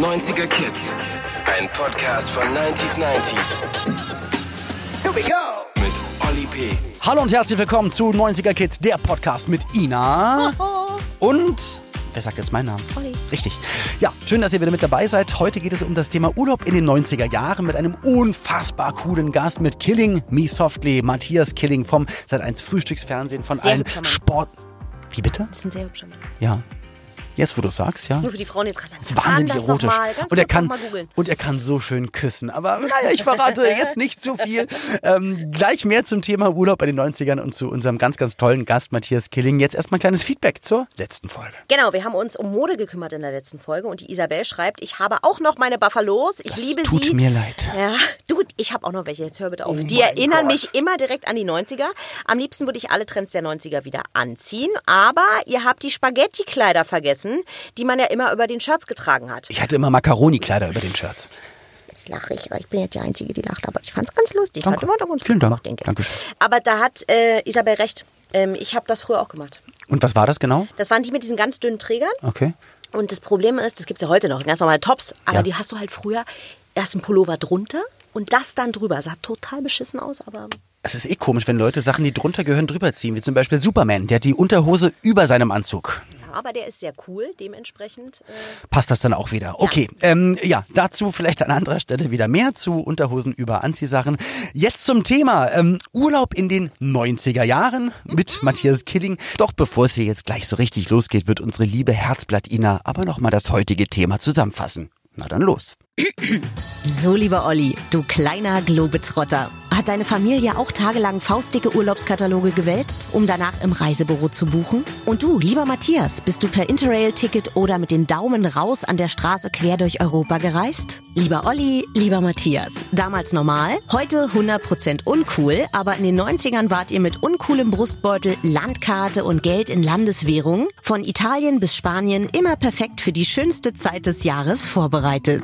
90er Kids. Ein Podcast von 90s. Here we go! Mit Olli P. Hallo und herzlich willkommen zu 90er Kids, der Podcast mit Ina und... Wer sagt jetzt meinen Namen? Olli. Richtig. Ja, schön, dass ihr wieder mit dabei seid. Heute geht es um das Thema Urlaub in den 90er Jahren mit einem unfassbar coolen Gast mit Killing Me Softly, Matthias Killing vom Sat.1 Frühstücksfernsehen von sehr allen hübscher Mann. Sport... Wie bitte? Das ist ein sehr hübscher Mann. Ja. Jetzt, wo du sagst, ja. Nur für die Frauen, die jetzt gerade sagen, Das ist wahnsinnig das erotisch. noch mal, ganz Und er kurz kann noch mal googeln. und er kann so schön küssen. Aber naja, ich verrate jetzt nicht zu viel. Gleich mehr zum Thema Urlaub in den 90ern und zu unserem ganz, ganz tollen Gast Matthias Killing. Jetzt erstmal ein kleines Feedback zur letzten Folge. Genau, wir haben uns um Mode gekümmert in der letzten Folge und die Isabel schreibt, ich habe auch noch meine Buffalos, ich liebe sie. Tut mir leid. Ja, du, ich habe auch noch welche, jetzt hör bitte auf. Oh Die mein erinnern Gott. mich immer direkt an die 90er. Am liebsten würde ich alle Trends der 90er wieder anziehen, aber ihr habt die Spaghetti-Kleider vergessen, die man ja immer über den Shirts getragen hat. Ich hatte immer Macaroni-Kleider über den Shirts. Jetzt lache ich bin jetzt die Einzige, die lacht, aber ich fand es ganz lustig. Danke. Hat immer doch uns Vielen gut Dank. gemacht, denke ich. Dankeschön. Aber da hat Isabel recht. Ich habe das früher auch gemacht. Und was war das genau? Das waren die mit diesen ganz dünnen Trägern. Okay. Und Und das Problem ist, das gibt es ja heute noch, ganz normale Tops, aber Ja. die hast du halt früher erst einen Pullover drunter und das dann drüber. Sah total beschissen aus, aber... es ist eh komisch, wenn Leute Sachen, die drunter gehören, drüber ziehen. Wie zum Beispiel Superman. Der hat die Unterhose über seinem Anzug. Ja, aber der ist sehr cool, dementsprechend. Passt das dann auch wieder. Okay, ja, dazu vielleicht an anderer Stelle wieder mehr zu Unterhosen über Anziehsachen. Jetzt zum Thema Urlaub in den 90er Jahren mit Matthias Killing. Doch bevor es hier jetzt gleich so richtig losgeht, wird unsere liebe Herzblatt Ina aber nochmal das heutige Thema zusammenfassen. Na dann los. So, lieber Olli, du kleiner Globetrotter. Hat deine Familie auch tagelang faustdicke Urlaubskataloge gewälzt, um danach im Reisebüro zu buchen? Und du, lieber Matthias, bist du per Interrail-Ticket oder mit den Daumen raus an der Straße quer durch Europa gereist? Lieber Olli, lieber Matthias, damals normal, heute 100% uncool, aber in den 90ern wart ihr mit uncoolem Brustbeutel, Landkarte und Geld in Landeswährung von Italien bis Spanien immer perfekt für die schönste Zeit des Jahres vorbereitet.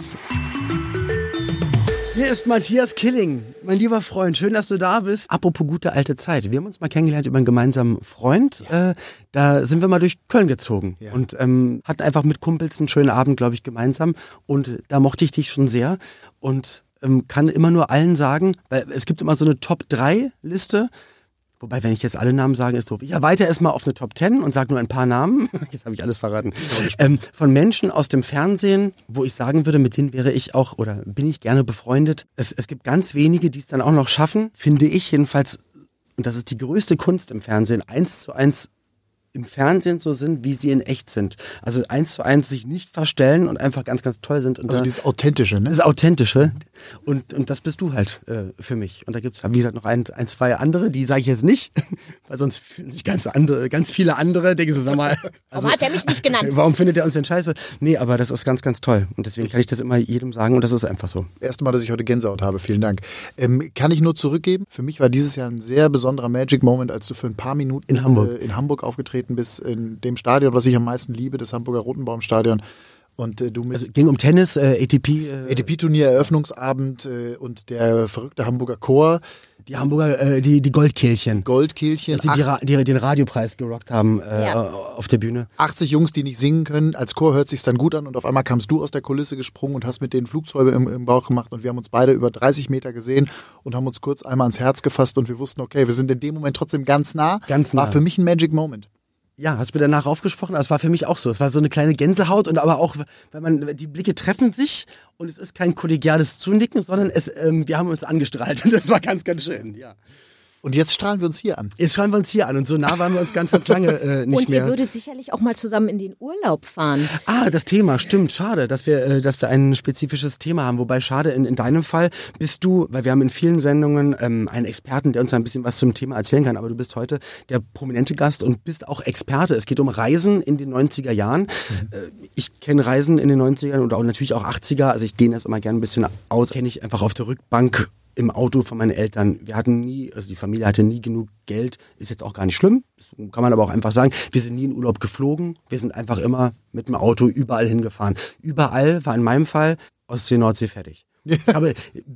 Hier ist Matthias Killing, mein lieber Freund. Schön, dass du da bist. Apropos gute alte Zeit. Wir haben uns mal kennengelernt über einen gemeinsamen Freund. Ja. Da sind wir mal durch Köln gezogen Ja. und hatten einfach mit Kumpels einen schönen Abend, glaube ich, gemeinsam. Und da mochte ich dich schon sehr und kann immer nur allen sagen, weil es gibt immer so eine Top-3-Liste. Wobei, wenn ich jetzt alle Namen sage, ist so, ich erweitere erstmal auf eine Top 10 und sage nur ein paar Namen. Jetzt habe ich alles verraten. Von Menschen aus dem Fernsehen, wo ich sagen würde, mit denen wäre ich auch oder bin ich gerne befreundet. Es gibt ganz wenige, die es dann auch noch schaffen, finde ich jedenfalls, und das ist die größte Kunst im Fernsehen, 1:1 im Fernsehen so sind, wie sie in echt sind. Also 1:1 sich nicht verstellen und einfach ganz, ganz toll sind. Und Also dieses Authentische, ne? das Authentische. Und das bist du halt für mich. Und da gibt's wie gesagt, noch ein, zwei andere, die sage ich jetzt nicht, weil sonst fühlen sich ganz viele andere, denken sie, sag mal. Warum hat er mich nicht genannt? Warum findet er uns denn scheiße? Nee, aber das ist ganz, ganz toll. Und deswegen kann ich das immer jedem sagen und das ist einfach so. Erste Mal, dass ich heute Gänsehaut habe. Vielen Dank. Kann ich nur zurückgeben. Für mich war dieses Jahr ein sehr besonderer Magic Moment, als du für ein paar Minuten In Hamburg. in Hamburg aufgetreten bist, in dem Stadion, was ich am meisten liebe, das Hamburger Rotenbaumstadion. Und du mit Also ging um Tennis, ATP. ATP-Turnier, Eröffnungsabend und der verrückte Hamburger Chor, Die Hamburger, die Goldkehlchen. Goldkehlchen, Die den Radiopreis gerockt haben auf der Bühne. 80 Jungs, die nicht singen können. Als Chor hört sich's dann gut an und auf einmal kamst du aus der Kulisse gesprungen und hast mit denen Flugzeuge im Bauch gemacht und wir haben uns beide über 30 Meter gesehen und haben uns kurz einmal ans Herz gefasst und wir wussten, okay, wir sind in dem Moment trotzdem ganz nah. Ganz nah. War für mich ein Magic Moment. Ja, hast du mir danach aufgesprochen? Das war für mich auch so. Es war so eine kleine Gänsehaut und aber auch, weil die Blicke treffen sich und es ist kein kollegiales Zunicken, sondern wir haben uns angestrahlt und das war ganz, ganz schön, ja. Und jetzt strahlen wir uns hier an. Jetzt schauen wir uns hier an und so nah waren wir uns ganz, ganz lange nicht Und mehr. ihr würdet sicherlich auch mal zusammen in den Urlaub fahren. Das Thema, stimmt, schade, dass wir ein spezifisches Thema haben. Wobei schade, in deinem Fall bist du, weil wir haben in vielen Sendungen einen Experten, der uns ein bisschen was zum Thema erzählen kann, aber du bist heute der prominente Gast und bist auch Experte. Es geht um Reisen in den 90er Jahren. Ich kenne Reisen in den 90ern und auch natürlich auch 80er, also ich dehne das immer gerne ein bisschen aus, kenne ich einfach auf der Rückbank im Auto von meinen Eltern. Die Familie hatte nie genug Geld, ist jetzt auch gar nicht schlimm, das kann man aber auch einfach sagen. Wir sind nie in Urlaub geflogen, wir sind einfach immer mit dem Auto überall hingefahren. Überall war in meinem Fall Ostsee, Nordsee fertig. Aber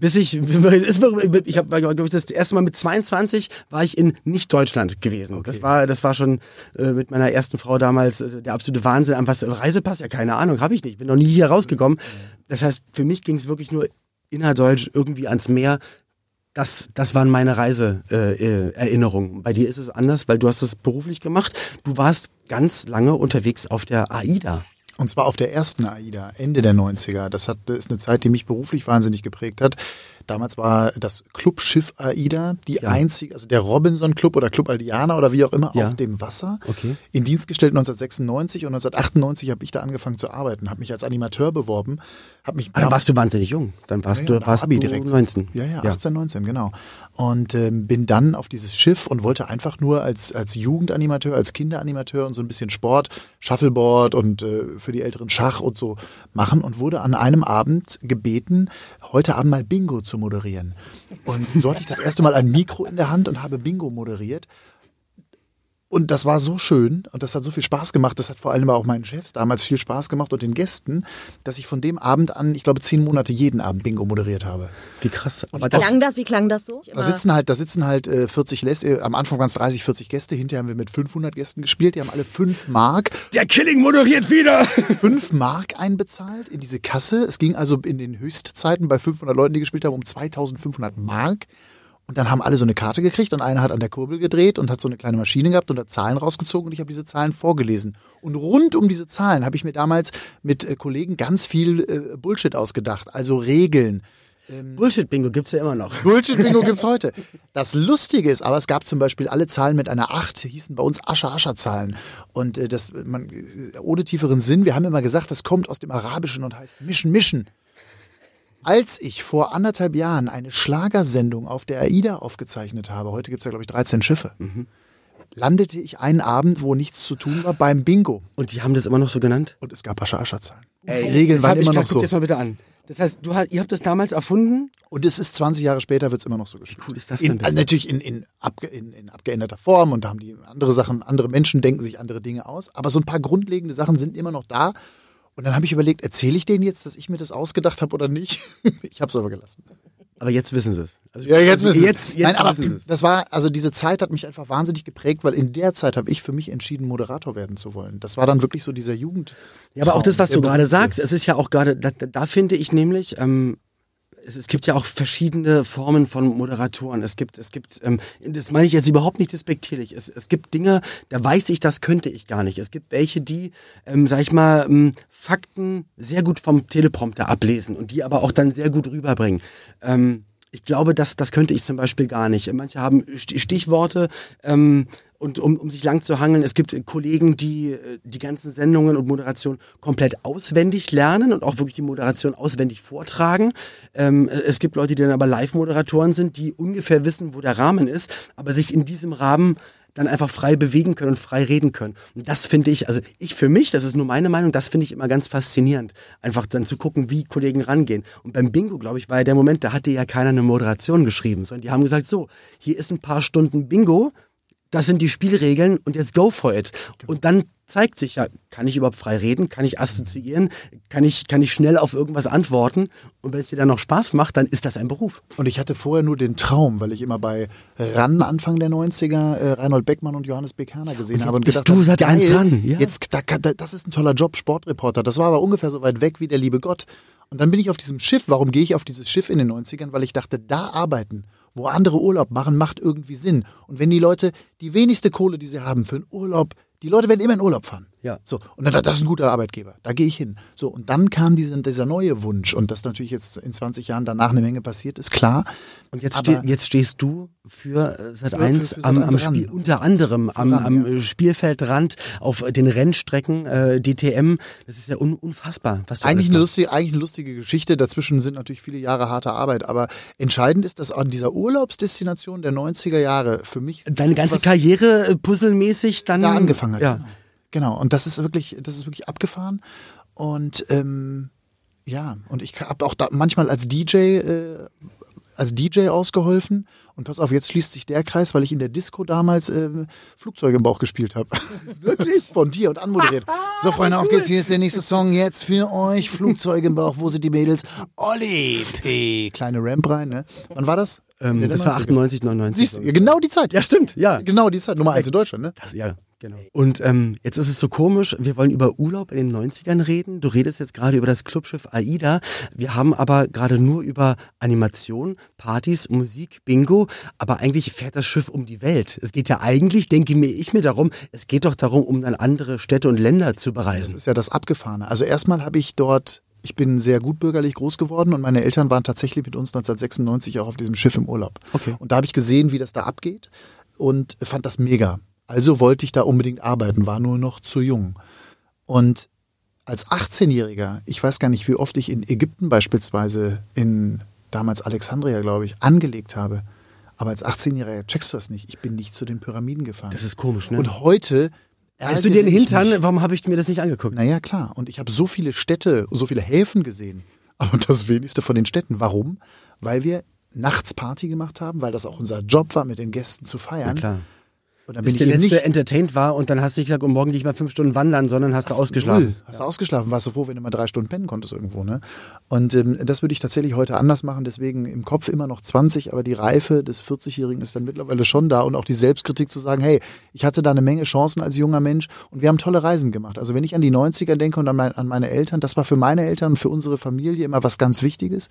ich habe, glaube ich, das erste Mal mit 22 war ich in Nicht-Deutschland gewesen. Okay. Das war schon mit meiner ersten Frau damals der absolute Wahnsinn. Was Reisepass, ja keine Ahnung, habe ich nicht. Bin noch nie hier rausgekommen. Das heißt, für mich ging es wirklich nur innerdeutsch irgendwie ans Meer. Das waren meine Reiseerinnerungen. Bei dir ist es anders, weil du hast das beruflich gemacht. Du warst ganz lange unterwegs auf der AIDA. Und zwar auf der ersten AIDA, Ende der 90er. Das ist eine Zeit, die mich beruflich wahnsinnig geprägt hat. Damals war das Clubschiff AIDA die einzige, also der Robinson Club oder Club Aldiana oder wie auch immer, auf dem Wasser. Okay. In Dienst gestellt 1996 und 1998 habe ich da angefangen zu arbeiten, habe mich als Animateur beworben. Dann warst du wahnsinnig jung. Dann warst du Abi direkt. 19. Ja, 18, 19, genau. Und bin dann auf dieses Schiff und wollte einfach nur als Jugendanimateur, als Kinderanimateur und so ein bisschen Sport, Shuffleboard und für die Älteren Schach und so machen und wurde an einem Abend gebeten, heute Abend mal Bingo zu moderieren. Und so hatte ich das erste Mal ein Mikro in der Hand und habe Bingo moderiert. Und das war so schön und das hat so viel Spaß gemacht. Das hat vor allem auch meinen Chefs damals viel Spaß gemacht und den Gästen, dass ich von dem Abend an, ich glaube 10 Monate jeden Abend Bingo moderiert habe. Wie krass. Wie klang das so? Da sitzen halt 40 Gäste, am Anfang waren es 30, 40 Gäste, hinterher haben wir mit 500 Gästen gespielt, die haben alle 5 Mark. Der Killing moderiert wieder! 5 Mark einbezahlt in diese Kasse. Es ging also in den Höchstzeiten bei 500 Leuten, die gespielt haben, um 2500 Mark. Und dann haben alle so eine Karte gekriegt und einer hat an der Kurbel gedreht und hat so eine kleine Maschine gehabt und hat Zahlen rausgezogen und ich habe diese Zahlen vorgelesen. Und rund um diese Zahlen habe ich mir damals mit Kollegen ganz viel Bullshit ausgedacht, also Regeln. Bullshit-Bingo gibt's ja immer noch. Bullshit-Bingo gibt's heute. Das Lustige ist, aber es gab zum Beispiel alle Zahlen mit einer 8, hießen bei uns Ascha-Ascha-Zahlen. Und ohne tieferen Sinn, wir haben immer gesagt, das kommt aus dem Arabischen und heißt Mischen. Als ich vor 1,5 Jahren eine Schlagersendung auf der AIDA aufgezeichnet habe, heute gibt es ja, glaube ich, 13 Schiffe, landete ich einen Abend, wo nichts zu tun war, beim Bingo. Und die haben das immer noch so genannt? Und es gab Ascha-Ascha-Zahlen. Die Regeln waren immer noch so. Guck dir das mal bitte an. Das heißt, ihr habt das damals erfunden? Und es ist 20 Jahre später, wird es immer noch so gespielt. Wie cool ist das denn? Natürlich in abgeänderter Form und da haben die andere Sachen, andere Menschen denken sich andere Dinge aus, aber so ein paar grundlegende Sachen sind immer noch da. Und dann habe ich überlegt, erzähle ich denen jetzt, dass ich mir das ausgedacht habe oder nicht? Ich habe es aber gelassen. Aber jetzt wissen sie es. Also, ja, jetzt wissen sie es. Nein, aber wissen sie es. das war, also diese Zeit hat mich einfach wahnsinnig geprägt, weil in der Zeit habe ich für mich entschieden, Moderator werden zu wollen. Das war dann wirklich so dieser Jugend. Ja, aber auch das, was du gerade sagst, es ist ja auch gerade, da finde ich nämlich, es gibt ja auch verschiedene Formen von Moderatoren. Es gibt, das meine ich jetzt überhaupt nicht despektierlich. Es gibt Dinge, da weiß ich, das könnte ich gar nicht. Es gibt welche, die, sag ich mal, Fakten sehr gut vom Teleprompter ablesen und die aber auch dann sehr gut rüberbringen. Ich glaube, das könnte ich zum Beispiel gar nicht. Manche haben Stichworte, und um sich lang zu hangeln. Es gibt Kollegen, die die ganzen Sendungen und Moderation komplett auswendig lernen und auch wirklich die Moderation auswendig vortragen. Es gibt Leute, die dann aber Live-Moderatoren sind, die ungefähr wissen, wo der Rahmen ist, aber sich in diesem Rahmen dann einfach frei bewegen können und frei reden können. Und das finde ich, also für mich, das ist nur meine Meinung, das finde ich immer ganz faszinierend. Einfach dann zu gucken, wie Kollegen rangehen. Und beim Bingo, glaube ich, war ja der Moment, da hatte ja keiner eine Moderation geschrieben, sondern die haben gesagt, so, hier ist ein paar Stunden Bingo, das sind die Spielregeln und jetzt go for it. Und dann zeigt sich ja, kann ich überhaupt frei reden? Kann ich assoziieren? Kann ich schnell auf irgendwas antworten? Und wenn es dir dann noch Spaß macht, dann ist das ein Beruf. Und ich hatte vorher nur den Traum, weil ich immer bei RAN Anfang der 90er Reinhold Beckmann und Johannes Bekerner gesehen habe. Und bist du seit eins RAN. Ja. Jetzt, das ist ein toller Job, Sportreporter. Das war aber ungefähr so weit weg wie der liebe Gott. Und dann bin ich auf diesem Schiff. Warum gehe ich auf dieses Schiff in den 90ern? Weil ich dachte, da arbeiten, wo andere Urlaub machen, macht irgendwie Sinn. Und wenn die Leute die wenigste Kohle, die sie haben für einen Urlaub, die Leute werden immer in Urlaub fahren. Ja. So, und dann, das ist ein guter Arbeitgeber, da gehe ich hin. So, und dann kam dieser neue Wunsch und dass natürlich jetzt in 20 Jahren danach eine Menge passiert, ist klar. Und jetzt stehst du für Sat.1 am Spiel, unter anderem am Spielfeldrand auf den Rennstrecken DTM. Das ist ja unfassbar, was du eigentlich eine lustige Geschichte. Dazwischen sind natürlich viele Jahre harte Arbeit, aber entscheidend ist, dass an dieser Urlaubsdestination der 90er Jahre für mich deine ganze Karriere puzzelmäßig dann da angefangen hat. Ja. Genau, und das ist wirklich abgefahren. Und und ich habe auch da manchmal als DJ als DJ ausgeholfen. Und pass auf, jetzt schließt sich der Kreis, weil ich in der Disco damals Flugzeuge im Bauch gespielt habe. Wirklich? Von dir und anmoderiert. So, Freunde, auf geht's. Hier ist der nächste Song jetzt für euch. Flugzeuge im Bauch. Wo sind die Mädels? Olli P. Kleine Ramp rein, ne? Wann war das? Das war 98, 99. Siehst du, genau die Zeit. Ja, stimmt, ja. Genau die Zeit. Nummer 1 in Deutschland, ne? Ja, genau. Und jetzt ist es so komisch, wir wollen über Urlaub in den 90ern reden. Du redest jetzt gerade über das Clubschiff AIDA. Wir haben aber gerade nur über Animation, Partys, Musik, Bingo. Aber eigentlich fährt das Schiff um die Welt. Es geht ja eigentlich, denke ich mir darum, es geht doch darum, um dann andere Städte und Länder zu bereisen. Das ist ja das Abgefahrene. Also erstmal habe ich dort... Ich bin sehr gutbürgerlich groß geworden und meine Eltern waren tatsächlich mit uns 1996 auch auf diesem Schiff im Urlaub. Okay. Und da habe ich gesehen, wie das da abgeht und fand das mega. Also wollte ich da unbedingt arbeiten, war nur noch zu jung. Und als 18-Jähriger, ich weiß gar nicht, wie oft ich in Ägypten beispielsweise, in damals Alexandria, glaube ich, angelegt habe. Aber als 18-Jähriger checkst du das nicht. Ich bin nicht zu den Pyramiden gefahren. Das ist komisch, ne? Und heute... Weißt du dir den Hintern? Warum habe ich mir das nicht angeguckt? Naja, klar. Und ich habe so viele Städte und so viele Häfen gesehen. Aber das wenigste von den Städten. Warum? Weil wir nachts Party gemacht haben, weil das auch unser Job war, mit den Gästen zu feiern. Ja, klar. Und dann Bis bin der ich eben letzte nicht... entertained war und dann hast du nicht gesagt, morgen gehe ich mal 5 Stunden wandern, sondern hast du ausgeschlafen. Null. Hast du ausgeschlafen, warst du froh, wenn du mal 3 Stunden pennen konntest irgendwo. Ne? Und das würde ich tatsächlich heute anders machen, deswegen im Kopf immer noch 20, aber die Reife des 40-Jährigen ist dann mittlerweile schon da und auch die Selbstkritik zu sagen, hey, ich hatte da eine Menge Chancen als junger Mensch und wir haben tolle Reisen gemacht. Also wenn ich an die 90er denke und an meine Eltern, das war für meine Eltern und für unsere Familie immer was ganz Wichtiges.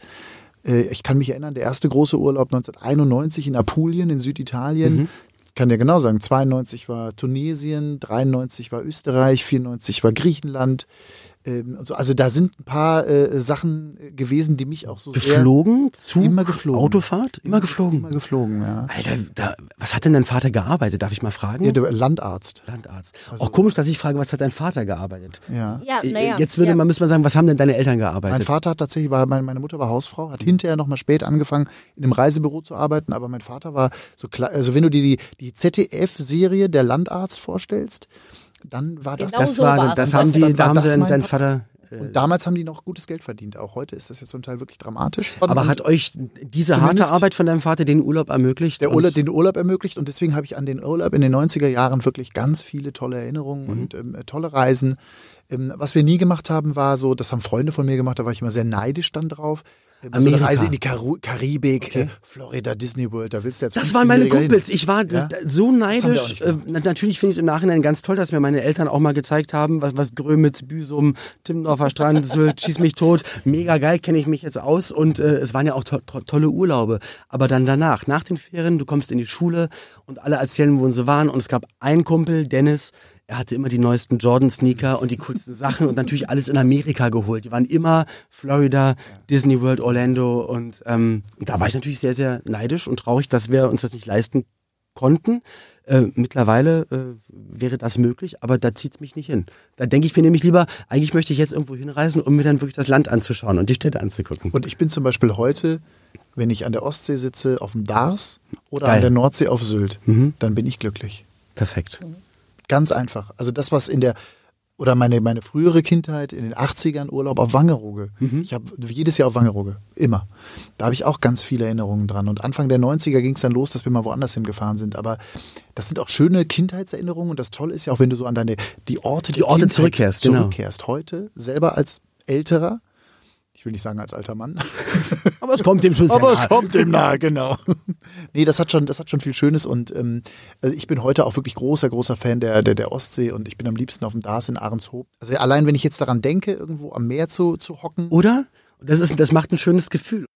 Ich kann mich erinnern, der erste große Urlaub 1991 in Apulien in Süditalien. Ich kann dir genau sagen, 92 war Tunesien, 93 war Österreich, 94 war Griechenland. Und so. Also da sind ein paar Sachen gewesen, die mich auch so geflogen? Sehr... Immer geflogen. Autofahrt? Immer geflogen? Immer geflogen, ja. Alter, was hat denn dein Vater gearbeitet? Darf ich mal fragen? Ja, der Landarzt. Landarzt. Also, auch komisch, dass ich frage, was hat dein Vater gearbeitet? Ja. Jetzt müsste man sagen, was haben denn deine Eltern gearbeitet? Mein Vater hat tatsächlich, meine Mutter war Hausfrau, hat hinterher nochmal spät angefangen, in einem Reisebüro zu arbeiten, aber mein Vater war so klar, also wenn du dir die ZDF-Serie Der Landarzt vorstellst, dann war das... Genau da haben sie dein Vater... Und damals haben die noch gutes Geld verdient. Auch heute ist das jetzt zum Teil wirklich dramatisch. Aber hat euch diese harte Arbeit von deinem Vater den Urlaub ermöglicht? Den Urlaub ermöglicht und deswegen habe ich an den Urlaub in den 90er Jahren wirklich ganz viele tolle Erinnerungen und tolle Reisen. Was wir nie gemacht haben, war so, das haben Freunde von mir gemacht, da war ich immer sehr neidisch dann drauf. So eine Reise in die Karibik, Florida, Disney World, da willst du jetzt... Das waren meine Kumpels, ich war so neidisch. Natürlich finde ich es im Nachhinein ganz toll, dass mir meine Eltern auch mal gezeigt haben, was Grömitz, Büsum, Timmendorfer Strand, Sylt, schieß mich tot, mega geil, kenne ich mich jetzt aus und es waren ja auch tolle Urlaube. Aber dann danach, nach den Ferien, du kommst in die Schule und alle erzählen, wo sie waren und es gab einen Kumpel, Dennis, er hatte immer die neuesten Jordan-Sneaker und die coolsten Sachen und natürlich alles in Amerika geholt. Die waren immer Florida, Disney World, Orlando und da war ich natürlich sehr, sehr neidisch und traurig, dass wir uns das nicht leisten konnten. Mittlerweile wäre das möglich, aber da zieht es mich nicht hin. Da denke ich mir nämlich lieber, eigentlich möchte ich jetzt irgendwo hinreisen, um mir dann wirklich das Land anzuschauen und die Städte anzugucken. Und ich bin zum Beispiel heute, wenn ich an der Ostsee sitze, auf dem Dars oder an der Nordsee auf Sylt, dann bin ich glücklich. Perfekt. Ganz einfach. Also das, was oder meine frühere Kindheit in den 80ern Urlaub auf Wangerooge. Ich habe jedes Jahr auf Wangerooge, immer. Da habe ich auch ganz viele Erinnerungen dran. Und Anfang der 90er ging es dann los, dass wir mal woanders hingefahren sind. Aber das sind auch schöne Kindheitserinnerungen. Und das Tolle ist ja auch, wenn du so an die Orte zurückkehrst. Heute, selber als Älterer. Ich will nicht sagen als alter Mann. Aber es kommt dem schon sehr nahe. Es kommt dem nahe, genau. Nee, das hat schon viel Schönes und also ich bin heute auch wirklich großer Fan der Ostsee und ich bin am liebsten auf dem Dars in Ahrenshoop. Also allein, wenn ich jetzt daran denke, irgendwo am Meer zu hocken. Oder? Das macht ein schönes Gefühl.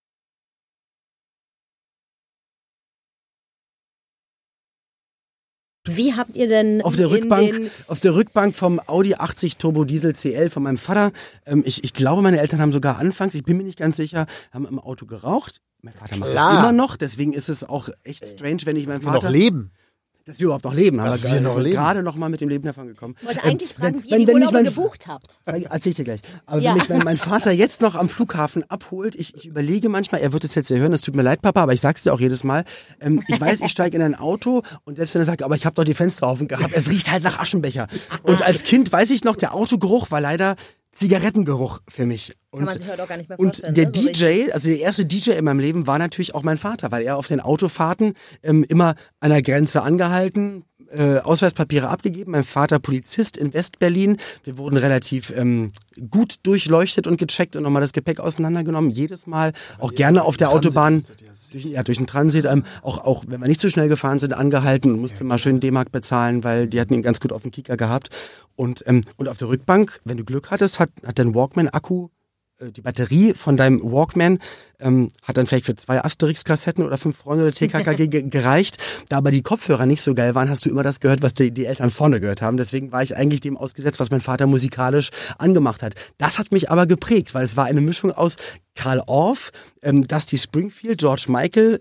Wie habt ihr denn auf der Rückbank vom Audi 80 Turbo Diesel CL von meinem Vater, ich glaube, meine Eltern haben sogar anfangs, ich bin mir nicht ganz sicher, haben im Auto geraucht. Mein Vater macht das immer noch, deswegen ist es auch echt strange, wenn ich meinen Vater... noch leben. Dass wir überhaupt noch leben. Dass wir noch leben. Gerade noch mal mit dem Leben davon gekommen. Ich wollte eigentlich fragen, wie ihr die Urlaube gebucht habt. Erzähl ich dir gleich. Aber wenn mich mein Vater jetzt noch am Flughafen abholt, ich überlege manchmal, er wird es jetzt ja hören, das tut mir leid, Papa, aber ich sag's dir auch jedes Mal. Ich weiß, ich steige in ein Auto und selbst wenn er sagt, aber ich habe doch die Fenster offen gehabt, es riecht halt nach Aschenbecher. Und als Kind weiß ich noch, der Autogeruch war leider Zigarettengeruch für mich. Kann man sich heute auch gar nicht mehr und vorstellen. der ne? So DJ, richtig. also der erste DJ in meinem Leben war natürlich auch mein Vater, weil er auf den Autofahrten immer an der Grenze angehalten, Ausweispapiere abgegeben. Mein Vater Polizist in Westberlin. Wir wurden relativ gut durchleuchtet und gecheckt und nochmal das Gepäck auseinandergenommen. Jedes Mal, auch gerne auf der Autobahn, durch den Transit, auch wenn wir nicht so schnell gefahren sind, angehalten und musste mal schön D-Mark bezahlen, weil die hatten ihn ganz gut auf den Kicker gehabt. Und auf der Rückbank, wenn du Glück hattest, hat dein Walkman-Akku, die Batterie von deinem Walkman hat dann vielleicht für 2 Asterix-Kassetten oder 5 Freunde oder TKKG gereicht. Da aber die Kopfhörer nicht so geil waren, hast du immer das gehört, was die Eltern vorne gehört haben. Deswegen war ich eigentlich dem ausgesetzt, was mein Vater musikalisch angemacht hat. Das hat mich aber geprägt, weil es war eine Mischung aus Karl Orff, Dusty Springfield, George Michael,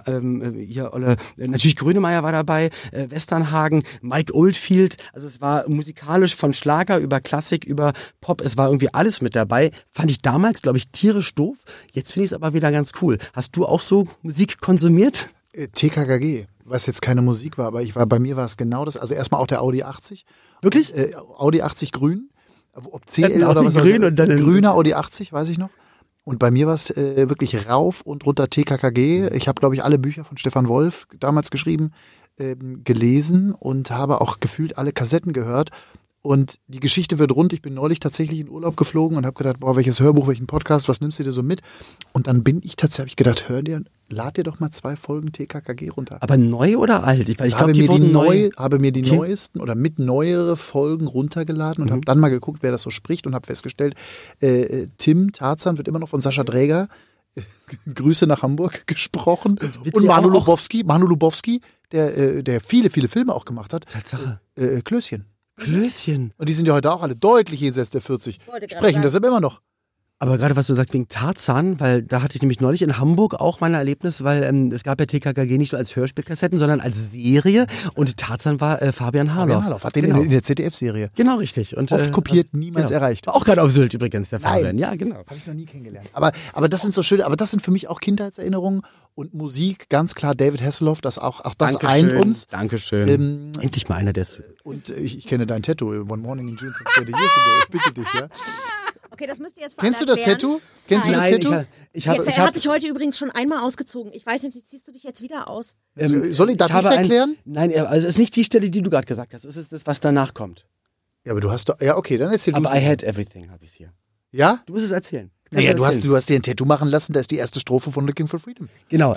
natürlich Grönemeyer war dabei, Westernhagen, Mike Oldfield. Also es war musikalisch von Schlager über Klassik, über Pop. Es war irgendwie alles mit dabei. Fand ich damals, glaube ich, tierisch doof. Jetzt finde ich es aber wieder ganz cool. Hast du auch so Musik konsumiert? TKKG, was jetzt keine Musik war, aber bei mir war es genau das. Also erstmal auch der Audi 80. Wirklich? Audi 80 grün. Ob CL Ja, oder was grün und dann grüner Audi 80, weiß ich noch. Und bei mir war es wirklich rauf und runter TKKG. Ich habe, glaube ich, alle Bücher von Stefan Wolf damals geschrieben, gelesen und habe auch gefühlt alle Kassetten gehört. Und die Geschichte wird rund. Ich bin neulich tatsächlich in Urlaub geflogen und habe gedacht, boah, welches Hörbuch, welchen Podcast, was nimmst du dir so mit? Und dann bin ich tatsächlich gedacht, lad dir doch mal 2 Folgen TKKG runter. Aber neu oder alt? Ich Habe mir die Okay. neuesten oder mit neuere Folgen runtergeladen und habe dann mal geguckt, wer das so spricht und habe festgestellt, Tim Tarzan wird immer noch von Sascha Dräger, Grüße nach Hamburg, gesprochen. Und Manu Lubowski, der viele, viele Filme auch gemacht hat. Tatsache. Klößchen. Klößchen. Und die sind ja heute auch alle deutlich jenseits der 40. Wollte gerade Sprechen sagen. deshalb immer noch. Aber gerade was du sagst wegen Tarzan, weil da hatte ich nämlich neulich in Hamburg auch mein Erlebnis, weil es gab ja TKKG nicht nur als Hörspielkassetten, sondern als Serie und Tarzan war Fabian Harloff. Hat den Genau. in der ZDF-Serie. Genau, richtig. Und, Oft kopiert, niemals erreicht. War auch gerade auf Sylt übrigens, der Fabian. Ja, genau. Habe ich noch nie kennengelernt. Aber das sind so schöne, aber das sind für mich auch Kindheitserinnerungen und Musik, ganz klar David Hasselhoff, das auch das eint uns. Dankeschön. Endlich mal einer, der ist. Und ich kenne dein Tattoo, One Morning in June since 20 years ago. Ich bitte dich, ja. Okay, das müsst ihr jetzt Kennst du das erklären. Tattoo? Kennst du das Nein, Tattoo? Er hat sich heute übrigens schon einmal ausgezogen. Ich weiß nicht, ziehst du dich jetzt wieder aus? Darf ich es erklären? Nein, also es ist nicht die Stelle, die du gerade gesagt hast. Es ist das, was danach kommt. Ja, aber du hast doch, ja okay, dann erzähl du Aber es. I had everything, habe ich hier. Ja? Du musst es erzählen. Naja, du hast dir ein Tattoo machen lassen, da ist die erste Strophe von Looking for Freedom. Genau,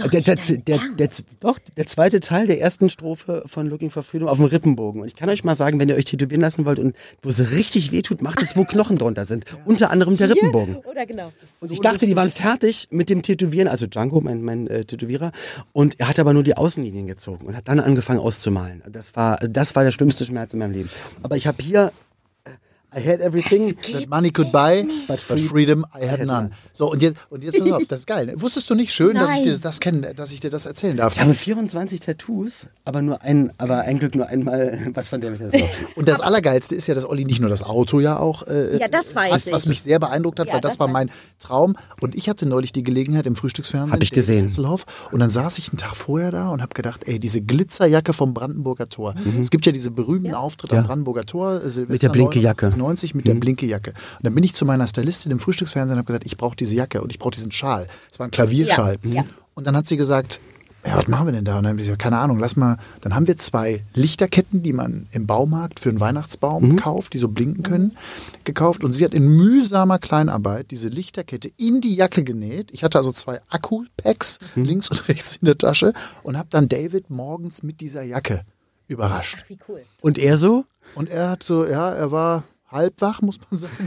der zweite Teil der ersten Strophe von Looking for Freedom auf dem Rippenbogen. Und ich kann euch mal sagen, wenn ihr euch tätowieren lassen wollt und wo es richtig wehtut, macht es, wo Knochen drunter sind. Unter anderem der Rippenbogen. Oder genau. Und ich dachte, die waren fertig mit dem Tätowieren, also Django, mein Tätowierer, und er hat aber nur die Außenlinien gezogen und hat dann angefangen auszumalen. Das war der schlimmste Schmerz in meinem Leben. Aber ich habe hier I had everything that money could buy, but freedom I had none. So, und jetzt pass auf, das ist geil. Wusstest du nicht schön, dass ich dir das kenne, dass ich dir das erzählen darf? Ich habe 24 Tattoos, aber ein Glück nur einmal was von dem ich das mache. Und das Allergeilste ist ja, dass Olli nicht nur das Auto ja auch Ja, das weiß hat, ich. was mich sehr beeindruckt hat, Ja, weil das das war weiß mein Traum. Und ich hatte neulich die Gelegenheit im Frühstücksfernsehen. Hab ich gesehen. Hasselhoff, und dann saß ich einen Tag vorher da und habe gedacht, ey, diese Glitzerjacke vom Brandenburger Tor. Es gibt ja diese berühmten Auftritte am Brandenburger Tor, Silvester Mit der Blinke-Jacke. 90 mit der Blinke-Jacke. Und dann bin ich zu meiner Stylistin im Frühstücksfernsehen und habe gesagt, ich brauche diese Jacke und ich brauche diesen Schal. Es war ein Klavierschal. Ja. Und dann hat sie gesagt, ja, was machen wir denn da? Und dann habe ich gesagt, keine Ahnung, lass mal. Dann haben wir 2 Lichterketten, die man im Baumarkt für einen Weihnachtsbaum kauft, die so blinken können, gekauft. Und sie hat in mühsamer Kleinarbeit diese Lichterkette in die Jacke genäht. Ich hatte also 2 Akku-Packs links und rechts in der Tasche und habe dann David morgens mit dieser Jacke überrascht. Ach, wie cool. Und er so? Und er hat so, ja, er war halb wach, muss man sagen.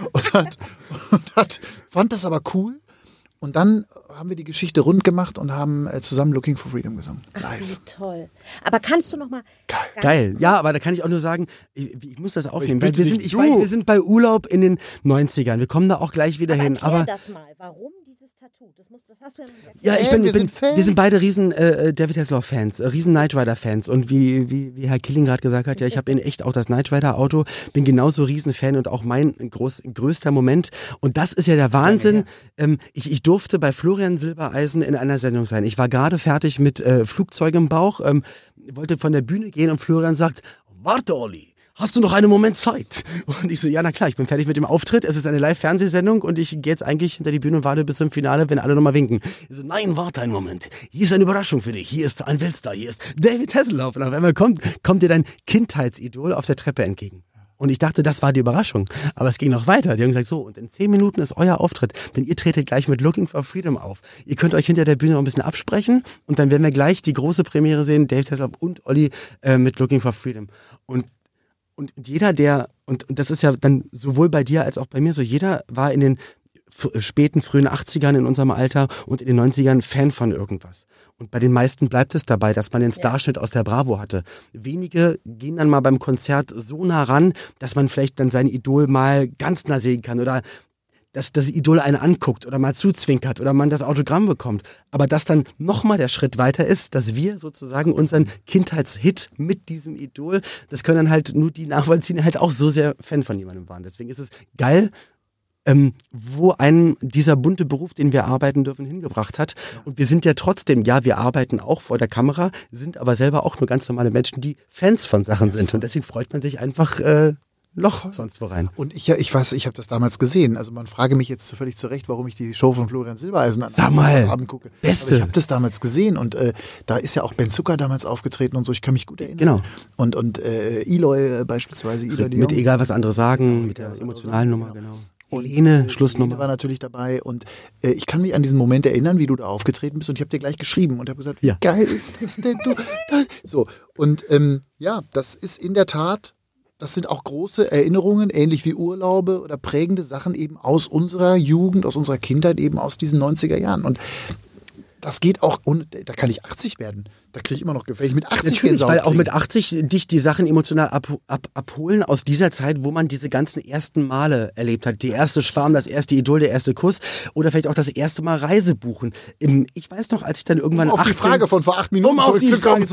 Fand das aber cool. Und dann haben wir die Geschichte rund gemacht und haben zusammen Looking for Freedom gesungen. Ach, Live. wie toll. Aber kannst du noch mal Geil. Ja, aber da kann ich auch nur sagen, ich muss das aufnehmen. bitte Wir dich, sind, ich du. weiß, wir sind bei Urlaub in den 90ern. Wir kommen da auch gleich wieder hin. erklär Aber das mal. Warum dieses Tattoo? Das hast du ja noch nicht erklärt. ja, Wir sind wir sind beide riesen David Hasselhoff-Fans, riesen Knight Rider-Fans. Und wie Herr Killing gerade gesagt hat, ja, ich habe in echt auch das Knight Rider-Auto, bin genauso Riesenfan und auch mein größter Moment. Und das ist ja der Wahnsinn. Ich durfte bei Florian Silbereisen in einer Sendung sein. Ich war gerade fertig mit Flugzeug im Bauch, wollte von der Bühne gehen und Florian sagt, warte Olli, hast du noch einen Moment Zeit? Und ich so, ja, na klar, ich bin fertig mit dem Auftritt. Es ist eine Live-Fernsehsendung und ich gehe jetzt eigentlich hinter die Bühne und warte bis zum Finale, wenn alle nochmal winken. Ich so, nein, warte einen Moment. Hier ist eine Überraschung für dich. Hier ist ein Weltstar. Hier ist David Hasselhoff. Und auf einmal kommt dir dein Kindheitsidol auf der Treppe entgegen. Und ich dachte, das war die Überraschung. Aber es ging noch weiter. Die haben gesagt, so, und in 10 Minuten ist euer Auftritt. Denn ihr tretet gleich mit Looking for Freedom auf. Ihr könnt euch hinter der Bühne noch ein bisschen absprechen. Und dann werden wir gleich die große Premiere sehen. David Hasselhoff und Olli mit Looking for Freedom. Und jeder, und das ist ja dann sowohl bei dir als auch bei mir so, jeder war in den späten, frühen 80ern in unserem Alter und in den 90ern Fan von irgendwas. Und bei den meisten bleibt es dabei, dass man den Starschnitt aus der Bravo hatte. Wenige gehen dann mal beim Konzert so nah ran, dass man vielleicht dann sein Idol mal ganz nah sehen kann oder dass das Idol einen anguckt oder mal zuzwinkert oder man das Autogramm bekommt. Aber dass dann nochmal der Schritt weiter ist, dass wir sozusagen unseren Kindheitshit mit diesem Idol, das können dann halt nur die nachvollziehen, die halt auch so sehr Fan von jemandem waren. Deswegen ist es geil, wo einen dieser bunte Beruf, den wir arbeiten dürfen, hingebracht hat. Und wir sind ja trotzdem, wir arbeiten auch vor der Kamera, sind aber selber auch nur ganz normale Menschen, die Fans von Sachen sind. Und deswegen freut man sich einfach Loch sonst wo rein. Und ich weiß, ich habe das damals gesehen. Also man frage mich jetzt völlig zu Recht, warum ich die Show von Florian Silbereisen am Abend gucke. Beste. Aber ich habe das damals gesehen und da ist ja auch Ben Zucker damals aufgetreten und so. Ich kann mich gut erinnern. Genau. Und Eloy beispielsweise. Mit egal was andere sagen, mit der emotionalen Nummer, genau. Helene, Schlussnummer. Helene war natürlich dabei und ich kann mich an diesen Moment erinnern, wie du da aufgetreten bist und ich habe dir gleich geschrieben und habe gesagt, wie geil ist das denn? So, und das ist in der Tat, das sind auch große Erinnerungen, ähnlich wie Urlaube oder prägende Sachen eben aus unserer Jugend, aus unserer Kindheit, eben aus diesen 90er Jahren. Und das geht auch, und da kann ich 80 werden. Da kriege ich immer noch Gefällig mit 80 Natürlich, weil auch mit 80 dich die Sachen emotional abholen aus dieser Zeit, wo man diese ganzen ersten Male erlebt hat. Die erste Schwarm, das erste Idol, der erste Kuss oder vielleicht auch das erste Mal Reise buchen. Ich weiß noch, als ich dann irgendwann auf die Frage von vor 8 Minuten zurückzukommen.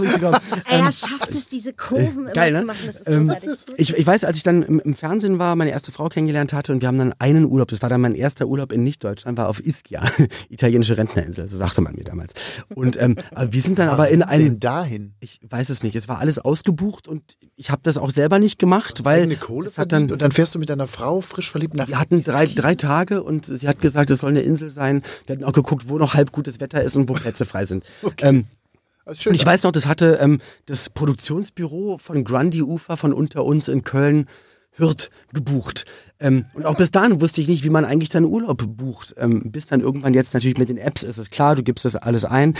Er schafft es, diese Kurven immer geil, ne? zu machen. Das ist ich weiß, als ich dann im Fernsehen war, meine erste Frau kennengelernt hatte und wir haben dann einen Urlaub, das war dann mein erster Urlaub in Nicht-Deutschland, war auf Ischia, italienische Rentnerinsel, so sagte man mir damals. Und wir sind dann aber in einen... dahin? Ich weiß es nicht. Es war alles ausgebucht und ich habe das auch selber nicht gemacht, weil eine Kohle es hat dann, und dann fährst du mit deiner Frau frisch verliebt nach. Wir hatten drei Tage und sie hat gesagt, es soll eine Insel sein. Wir hatten auch geguckt, wo noch halb gutes Wetter ist und wo Plätze frei sind. Okay. Und ich weiß noch, das hatte das Produktionsbüro von Grundy Ufer von Unter uns in Köln Hürth gebucht. Und auch bis dahin wusste ich nicht, wie man eigentlich seinen Urlaub bucht. Bis dann irgendwann jetzt natürlich mit den Apps ist es klar, du gibst das alles ein.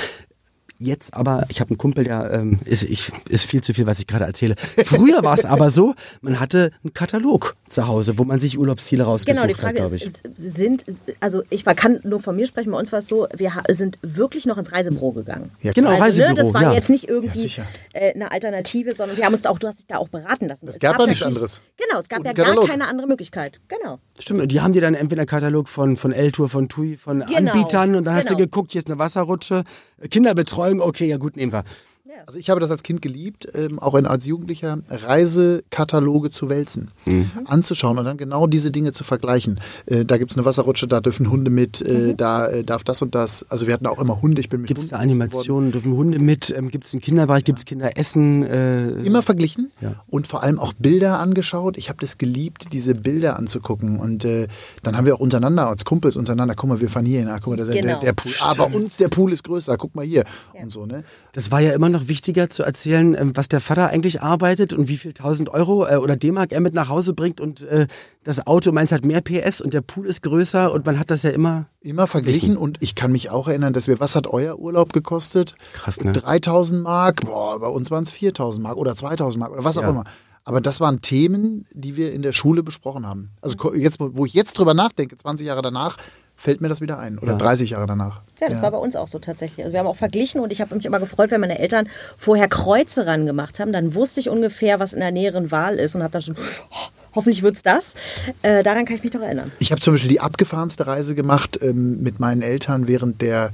Jetzt aber, ich habe einen Kumpel, der ist viel zu viel, was ich gerade erzähle. Früher war es aber so, man hatte einen Katalog zu Hause, wo man sich Urlaubsziele rausgesucht hat, glaube ich. Genau, die Frage ist, ich kann nur von mir sprechen, bei uns war es so, wir sind wirklich noch ins Reisebüro gegangen. Ja, genau, also, Reisebüro, das war jetzt nicht irgendwie Ja, eine Alternative, sondern wir haben uns du hast dich da auch beraten lassen. Es gab ja nichts anderes. Genau, es gab Und ja einen gar Katalog. keine andere Möglichkeit. Genau. Stimmt, und die haben dir dann entweder einen Katalog von L-Tour, von TUI, von Anbietern und dann hast du geguckt, hier ist eine Wasserrutsche, Kinderbetreuung, okay, ja gut, nehmen wir. Also ich habe das als Kind geliebt, auch als Jugendlicher, Reisekataloge zu wälzen, anzuschauen und dann genau diese Dinge zu vergleichen. Da gibt es eine Wasserrutsche, da dürfen Hunde mit, da darf das und das. Also wir hatten auch immer Hunde, ich bin mit Gibt es da Hunden Animationen, dürfen Hunde mit, gibt es einen Kinderbereich, gibt es Kinderessen? immer verglichen Ja. und vor allem auch Bilder angeschaut. Ich habe das geliebt, diese Bilder anzugucken und dann haben wir auch untereinander, als Kumpels untereinander, guck mal, wir fahren hier hin, guck mal, das ist der Pool. Aber uns der Pool ist größer, guck mal hier und so, ne? Das war ja immer noch wichtiger zu erzählen, was der Vater eigentlich arbeitet und wie viel 1000 Euro oder D-Mark er mit nach Hause bringt und das Auto meint hat mehr PS und der Pool ist größer und man hat das ja immer verglichen und ich kann mich auch erinnern, dass was hat euer Urlaub gekostet? Krass, ne? 3.000 Mark, bei uns waren es 4.000 Mark oder 2.000 Mark oder was auch immer. Aber das waren Themen, die wir in der Schule besprochen haben. Also jetzt, wo ich jetzt drüber nachdenke, 20 Jahre danach, fällt mir das wieder ein. Oder 30 Jahre danach. Ja, das war bei uns auch so tatsächlich. Also wir haben auch verglichen und ich habe mich immer gefreut, wenn meine Eltern vorher Kreuze ran gemacht haben. Dann wusste ich ungefähr, was in der näheren Wahl ist und habe dann schon, hoffentlich wird's das. Daran kann ich mich doch erinnern. Ich habe zum Beispiel die abgefahrenste Reise gemacht mit meinen Eltern während der...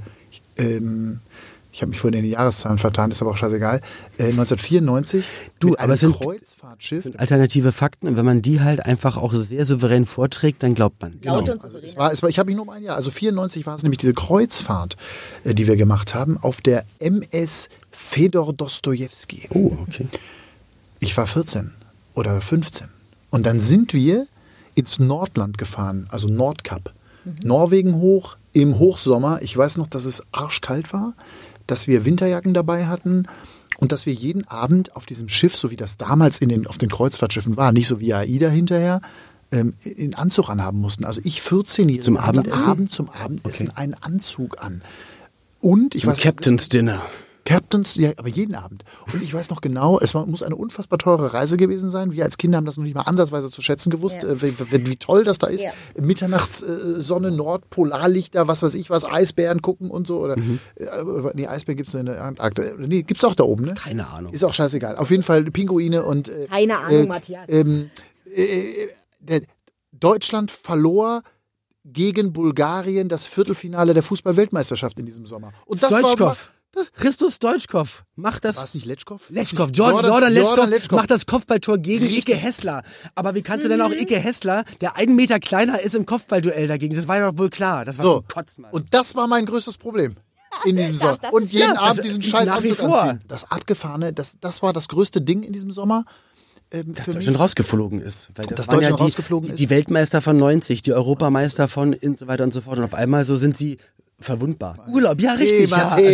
ich habe mich vorhin in die Jahreszahlen vertan, ist aber auch scheißegal. 1994 mit einem Kreuzfahrtschiff. sind alternative Fakten und wenn man die halt einfach auch sehr souverän vorträgt, dann glaubt man. Laut und Also souverän. ich habe mich nur um ein Jahr. Also 94 war es nämlich diese Kreuzfahrt, die wir gemacht haben, auf der MS Fedor Dostojewski. Oh, okay. Ich war 14. oder 15. Und dann sind wir ins Nordland gefahren, also Nordkap. Norwegen hoch, im Hochsommer. Ich weiß noch, dass es arschkalt war, dass wir Winterjacken dabei hatten und dass wir jeden Abend auf diesem Schiff, so wie das damals auf den Kreuzfahrtschiffen war, nicht so wie AIDA hinterher, in Anzug anhaben mussten. Also ich 14-Jährige Zum Abendessen? Zum Abendessen einen Anzug an. Und ich weiß Captain's Dinner. Captains, ja, aber jeden Abend. Und ich weiß noch genau, muss eine unfassbar teure Reise gewesen sein. Wir als Kinder haben das noch nicht mal ansatzweise zu schätzen gewusst, wie toll das da ist. Ja. Mitternachtssonne, Nordpolarlichter, was weiß ich was, Eisbären gucken und so. Oder, nee, Eisbären gibt es in der Antarktis. Nee, gibt es auch da oben, ne? Keine Ahnung. Ist auch scheißegal. Auf jeden Fall Pinguine und... Keine Ahnung, Matthias. Deutschland verlor gegen Bulgarien das Viertelfinale der Fußball-Weltmeisterschaft in diesem Sommer. Und das Stoichkov. Christus Stoichkov macht das. War es nicht Letschkow? Letschkow. Jordan Letschkow macht das Kopfballtor gegen Icke Hessler. Aber wie kannst du denn auch Icke Hessler, der 1 Meter kleiner ist, im Kopfballduell dagegen? Das war ja doch wohl klar. Das war so. Zum Kotzen. Mann. Und das war mein größtes Problem in diesem Sommer. Und jeden Abend diesen scheiß Anzug anziehen. Das Abgefahrene, das war das größte Ding in diesem Sommer. Dass Deutschland rausgeflogen ist. Weil das waren Deutschland ja rausgeflogen ist. Die Weltmeister von 90, die Europameister von und so weiter und so fort. Und auf einmal so sind sie verwundbar. Urlaub, ja richtig.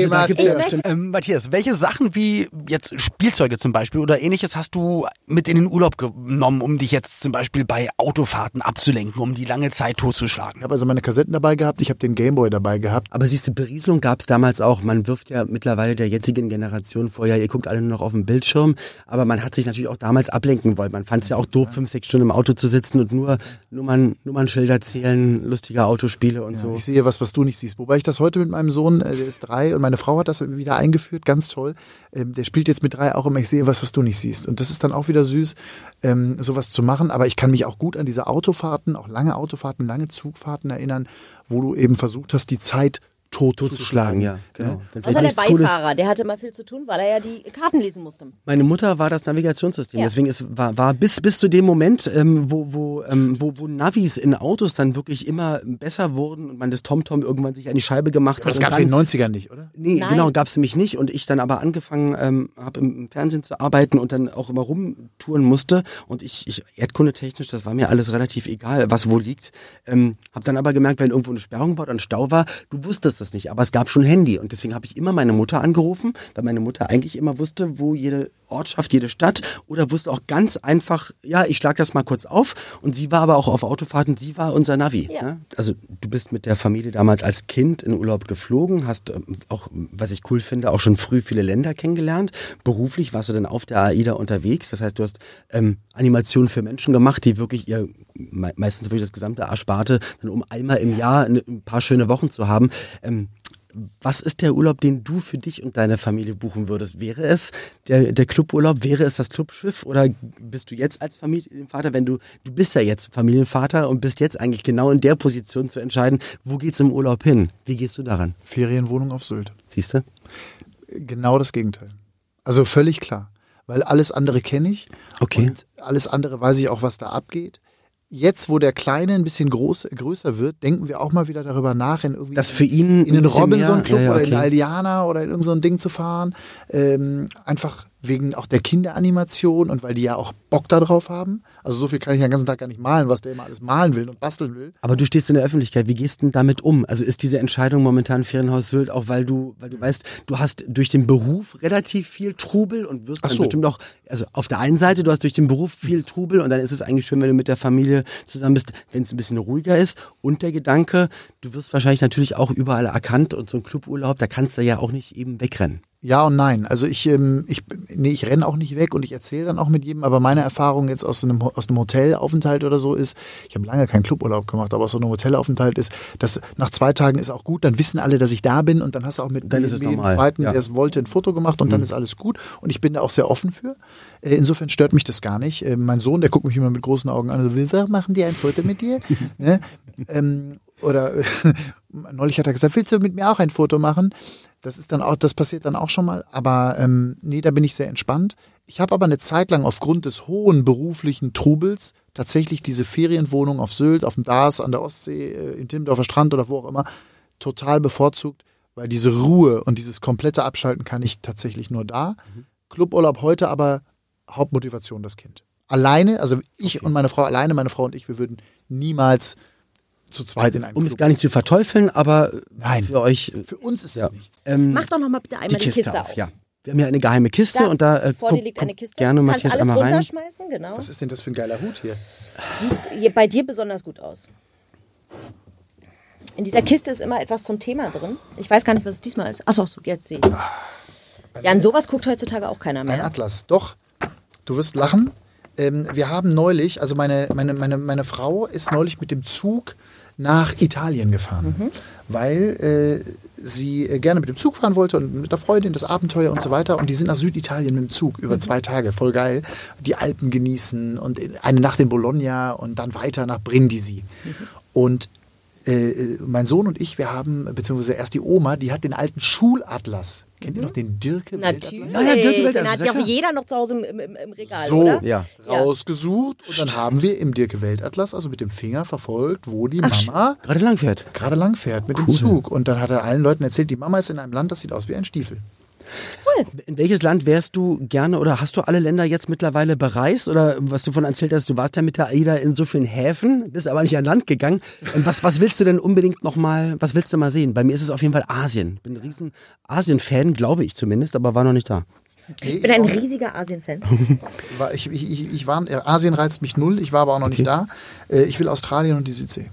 Matthias, welche Sachen wie jetzt Spielzeuge zum Beispiel oder ähnliches hast du mit in den Urlaub genommen, um dich jetzt zum Beispiel bei Autofahrten abzulenken, um die lange Zeit totzuschlagen? Ich habe also meine Kassetten dabei gehabt, ich habe den Gameboy dabei gehabt. Aber siehst du, Berieselung gab es damals auch. Man wirft ja mittlerweile der jetzigen Generation vor, ja, ihr guckt alle nur noch auf den Bildschirm, aber man hat sich natürlich auch damals ablenken wollen. Man fand es ja auch doof, 5-6 Stunden im Auto zu sitzen und nur Nummernschilder zählen, lustige Autospiele und so. Ich sehe was du nicht siehst. Wobei ich das heute mit meinem Sohn, der ist 3 und meine Frau hat das wieder eingeführt, ganz toll. Der spielt jetzt mit 3 auch immer, ich sehe was du nicht siehst. Und das ist dann auch wieder süß, sowas zu machen. Aber ich kann mich auch gut an diese Autofahrten, auch lange Autofahrten, lange Zugfahrten erinnern, wo du eben versucht hast, die Zeit totzuschlagen. Ja, genau. Außer der Beifahrer, der hatte immer viel zu tun, weil er ja die Karten lesen musste. Meine Mutter war das Navigationssystem, deswegen war bis zu dem Moment, wo Navis in Autos dann wirklich immer besser wurden und man das TomTom irgendwann sich an die Scheibe gemacht hat. Das gab es in den 90ern nicht, oder? Nee, Nein. Genau, gab es nämlich nicht und ich dann aber angefangen habe im Fernsehen zu arbeiten und dann auch immer rumtouren musste und ich erdkundetechnisch, das war mir alles relativ egal, was wo liegt, habe dann aber gemerkt, wenn irgendwo eine Sperrung war oder ein Stau war, du wusstest das nicht, aber es gab schon Handy und deswegen habe ich immer meine Mutter angerufen, weil meine Mutter eigentlich immer wusste, wo jede Ortschaft, jede Stadt oder wusste auch ganz einfach, ja, ich schlag das mal kurz auf und sie war aber auch auf Autofahrten, sie war unser Navi. Ja. Ne? Also du bist mit der Familie damals als Kind in Urlaub geflogen, hast auch, was ich cool finde, auch schon früh viele Länder kennengelernt. Beruflich warst du dann auf der AIDA unterwegs, das heißt, du hast Animationen für Menschen gemacht, die wirklich meistens wirklich das gesamte Ersparte, dann um einmal im Jahr ein paar schöne Wochen zu haben. Was ist der Urlaub, den du für dich und deine Familie buchen würdest? Wäre es der Cluburlaub? Wäre es das Clubschiff? Oder bist du jetzt als Familienvater, wenn du bist ja jetzt Familienvater und bist jetzt eigentlich genau in der Position zu entscheiden, wo geht's im Urlaub hin? Wie gehst du daran? Ferienwohnung auf Sylt. Siehst du? Genau das Gegenteil. Also völlig klar. Weil alles andere kenne ich. Okay. Und alles andere weiß ich auch, was da abgeht. Jetzt, wo der Kleine ein bisschen größer wird, denken wir auch mal wieder darüber nach, in einen Robinson-Club oder in Aldiana oder in irgend so ein Ding zu fahren. Einfach wegen auch der Kinderanimation und weil die ja auch Bock da drauf haben. Also so viel kann ich den ganzen Tag gar nicht malen, was der immer alles malen will und basteln will. Aber du stehst in der Öffentlichkeit, wie gehst du denn damit um? Also ist diese Entscheidung momentan Ferienhaus Sylt auch, weil du weißt, du hast durch den Beruf relativ viel Trubel und wirst dann bestimmt auch, also auf der einen Seite, du hast durch den Beruf viel Trubel und dann ist es eigentlich schön, wenn du mit der Familie zusammen bist, wenn es ein bisschen ruhiger ist und der Gedanke, du wirst wahrscheinlich natürlich auch überall erkannt und so ein Cluburlaub, da kannst du ja auch nicht eben wegrennen. Ja und nein. Also ich renne auch nicht weg und ich erzähle dann auch mit jedem, aber meine Erfahrung jetzt aus einem Hotelaufenthalt oder so ist, ich habe lange keinen Cluburlaub gemacht, aber aus so einem Hotelaufenthalt ist, dass nach 2 Tagen ist auch gut, dann wissen alle, dass ich da bin und dann hast du auch mit jedem Zweiten, der es wollte, ein Foto gemacht und dann ist alles gut und ich bin da auch sehr offen für. Insofern stört mich das gar nicht. Mein Sohn, der guckt mich immer mit großen Augen an und will, machen die ein Foto mit dir? Ne? Oder neulich hat er gesagt, willst du mit mir auch ein Foto machen? Das passiert dann auch schon mal, aber da bin ich sehr entspannt. Ich habe aber eine Zeit lang aufgrund des hohen beruflichen Trubels tatsächlich diese Ferienwohnung auf Sylt, auf dem Dars, an der Ostsee, in Timmendorfer Strand oder wo auch immer, total bevorzugt, weil diese Ruhe und dieses komplette Abschalten kann ich tatsächlich nur da. Cluburlaub heute aber Hauptmotivation das Kind. alleine, also ich und meine Frau alleine, meine Frau und ich, wir würden niemals zu zweit in einen Um es Club. gar nicht zu verteufeln, aber Nein. für euch. Für uns ist es nichts. Mach doch noch mal bitte einmal Die Kiste auf. ja. Wir haben ja eine geheime Kiste und da vor dir liegt eine Kiste. gerne Kannst Matthias alles einmal rein. runterschmeißen, genau. Was ist denn das für ein geiler Hut hier? Sieht bei dir besonders gut aus. In dieser Kiste ist immer etwas zum Thema drin. Ich weiß gar nicht, was es diesmal ist. Achso, jetzt sehe ich es. Ja, an sowas guckt heutzutage auch keiner Ein mehr. Atlas. Doch, du wirst lachen. Wir haben neulich, also meine Frau ist neulich mit dem Zug nach Italien gefahren, weil sie gerne mit dem Zug fahren wollte und mit der Freundin das Abenteuer und so weiter. Und die sind nach Süditalien mit dem Zug über 2 Tage, voll geil. Die Alpen genießen und eine Nacht in Bologna und dann weiter nach Brindisi. Und mein Sohn und ich, wir haben, beziehungsweise erst die Oma, die hat den alten Schulatlas. Kennt ihr noch den Dirke? Natürlich. Ja, ja, Dirke Weltatlas, Den hat ja ja auch klar. jeder noch zu Hause im Regal, So, oder? Ja. rausgesucht und dann haben wir im Dirke Weltatlas, also mit dem Finger verfolgt, wo die Mama Gerade langfährt. gerade lang fährt mit dem Zug. Und dann hat er allen Leuten erzählt, die Mama ist in einem Land, das sieht aus wie ein Stiefel. In welches Land wärst du gerne oder hast du alle Länder jetzt mittlerweile bereist? Oder was du von erzählt hast, du warst ja mit der AIDA in so vielen Häfen, bist aber nicht an Land gegangen. Und was willst du denn unbedingt nochmal, was willst du mal sehen? Bei mir ist es auf jeden Fall Asien. Bin ein riesen Asien-Fan, glaube ich zumindest, aber war noch nicht da. Ich bin ein riesiger Asien-Fan. Asien reizt mich null, ich war aber auch noch nicht da. Ich will Australien und die Südsee.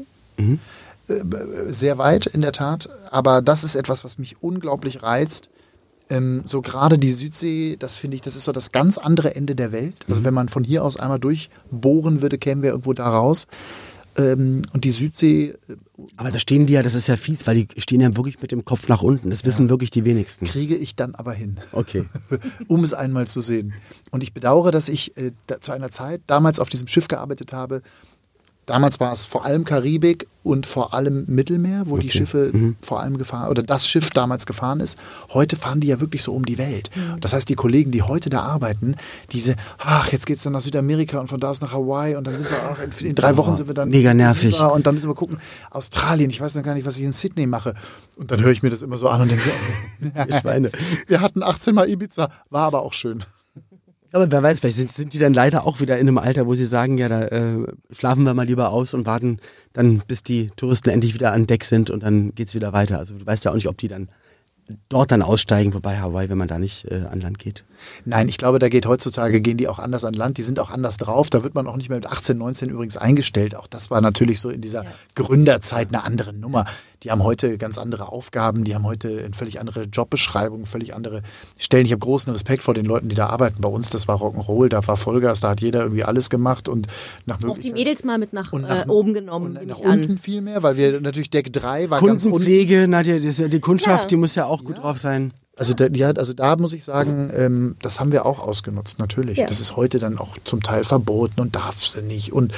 Sehr weit, in der Tat. Aber das ist etwas, was mich unglaublich reizt. So gerade die Südsee, das finde ich, das ist so das ganz andere Ende der Welt. Also wenn man von hier aus einmal durchbohren würde, kämen wir irgendwo da raus. Und die Südsee Aber da stehen die ja, das ist ja fies, weil die stehen ja wirklich mit dem Kopf nach unten. Das wissen wirklich die wenigsten. kriege ich dann aber hin. Okay. Um es einmal zu sehen. Und ich bedauere, dass ich zu einer Zeit damals auf diesem Schiff gearbeitet habe. Damals war es vor allem Karibik und vor allem Mittelmeer, wo die Schiffe vor allem gefahren, oder das Schiff damals gefahren ist. Heute fahren die ja wirklich so um die Welt. Das heißt, die Kollegen, die heute da arbeiten, jetzt geht's dann nach Südamerika und von da aus nach Hawaii und dann sind wir auch in 3 Wochen sind wir dann mega nervig. rüber und dann müssen wir gucken, Australien, ich weiß noch gar nicht, was ich in Sydney mache. Und dann höre ich mir das immer so an und denke so, Ihr Schweine. wir hatten 18 Mal Ibiza, war aber auch schön. Aber wer weiß, vielleicht sind die dann leider auch wieder in einem Alter, wo sie sagen, ja, da schlafen wir mal lieber aus und warten dann, bis die Touristen endlich wieder an Deck sind und dann geht's wieder weiter. Also du weißt ja auch nicht, ob die dann dort dann aussteigen, wobei Hawaii, wenn man da nicht an Land geht. Nein, ich glaube, heutzutage gehen die auch anders an Land, die sind auch anders drauf. Da wird man auch nicht mehr mit 18, 19 übrigens eingestellt. Auch das war natürlich so in dieser Gründerzeit eine andere Nummer. Die haben heute ganz andere Aufgaben, die haben heute eine völlig andere Jobbeschreibung, völlig andere Stellen. Ich habe großen Respekt vor den Leuten, die da arbeiten. Bei uns, das war Rock'n'Roll, da war Vollgas, da hat jeder irgendwie alles gemacht und nach Auch die Möglichkeit. Nach Mädels mal nach oben genommen, Und nehme nach ich an. unten viel mehr, weil wir natürlich Deck 3 war ganz unten. Kundenpflege, Nadja, die Kundschaft, Ja. die muss ja auch gut drauf sein. Also da muss ich sagen, das haben wir auch ausgenutzt, natürlich. Ja. Das ist heute dann auch zum Teil verboten und darfst du nicht. Und